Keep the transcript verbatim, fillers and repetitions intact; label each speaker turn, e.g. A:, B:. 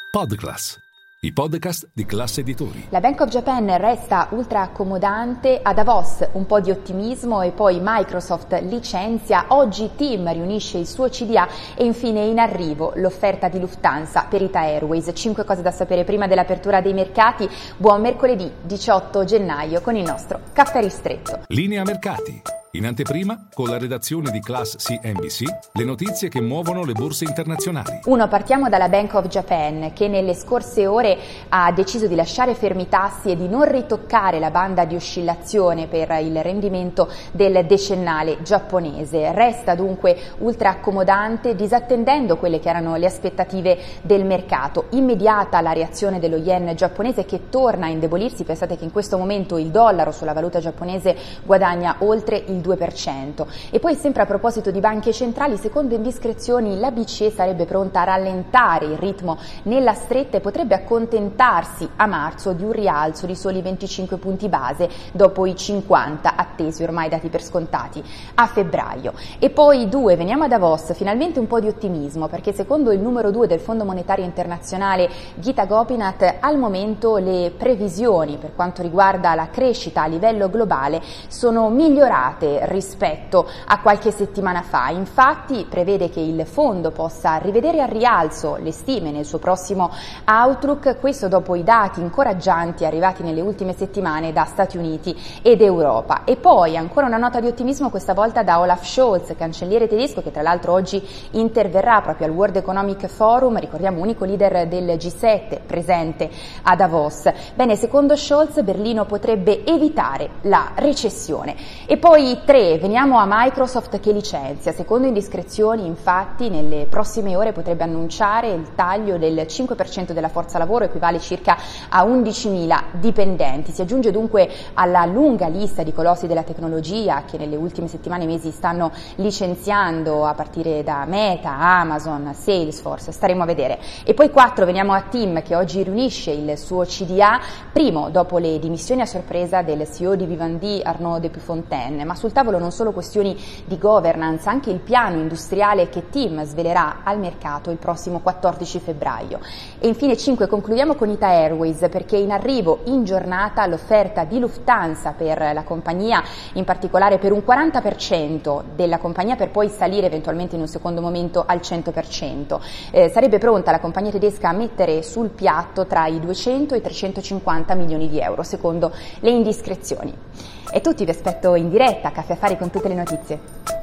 A: Podclass, i podcast di Class Editori.
B: La Bank of Japan resta ultra accomodante, a Davos un po' di ottimismo e poi Microsoft licenzia, oggi Tim riunisce il suo C D A e infine in arrivo l'offerta di Lufthansa per Ita Airways. Cinque cose da sapere prima dell'apertura dei mercati. Buon mercoledì diciotto gennaio con il nostro caffè ristretto.
A: Linea mercati. In anteprima, con la redazione di Class C N B C, le notizie che muovono le borse internazionali.
B: Uno, partiamo dalla Bank of Japan, che nelle scorse ore ha deciso di lasciare fermi i tassi e di non ritoccare la banda di oscillazione per il rendimento del decennale giapponese. Resta dunque ultra accomodante, disattendendo quelle che erano le aspettative del mercato. Immediata la reazione dello yen giapponese, che torna a indebolirsi. Pensate che in questo momento il dollaro sulla valuta giapponese guadagna oltre il due per cento. E poi, sempre a proposito di banche centrali, secondo indiscrezioni la B C E sarebbe pronta a rallentare il ritmo nella stretta e potrebbe accontentarsi a marzo di un rialzo di soli venticinque punti base dopo i cinquanta attesi, ormai dati per scontati, a febbraio. E poi due, veniamo a Davos, finalmente un po' di ottimismo, perché secondo il numero due del Fondo Monetario Internazionale Gita Gopinath, al momento le previsioni per quanto riguarda la crescita a livello globale sono migliorate rispetto a qualche settimana fa. Infatti prevede che il fondo possa rivedere al rialzo le stime nel suo prossimo outlook, questo dopo i dati incoraggianti arrivati nelle ultime settimane da Stati Uniti ed Europa. E poi ancora una nota di ottimismo, questa volta da Olaf Scholz, cancelliere tedesco, che tra l'altro oggi interverrà proprio al World Economic Forum, ricordiamo unico leader del G sette presente a Davos. Bene, secondo Scholz Berlino potrebbe evitare la recessione. E poi tre, veniamo a Microsoft che licenzia. Secondo indiscrezioni, infatti, nelle prossime ore potrebbe annunciare il taglio del cinque per cento della forza lavoro, equivale circa a undicimila dipendenti. Si aggiunge dunque alla lunga lista di colossi della tecnologia che nelle ultime settimane e mesi stanno licenziando, a partire da Meta, Amazon, Salesforce, staremo a vedere. E poi quattro, veniamo a Tim, che oggi riunisce il suo C D A, primo dopo le dimissioni a sorpresa del C E O di Vivendi Arnaud de Puyfontaine. Ma sul tavolo non solo questioni di governance, anche il piano industriale che Tim svelerà al mercato il prossimo quattordici febbraio. E infine cinque, concludiamo con Ita Airways, perché in arrivo in giornata l'offerta di Lufthansa per la compagnia, in particolare per un quaranta per cento della compagnia, per poi salire eventualmente in un secondo momento al cento per cento. Eh, sarebbe pronta la compagnia tedesca a mettere sul piatto tra i duecento e i trecentocinquanta milioni di euro, secondo le indiscrezioni. E tutti vi aspetto in diretta a Caffè Affari con tutte le notizie.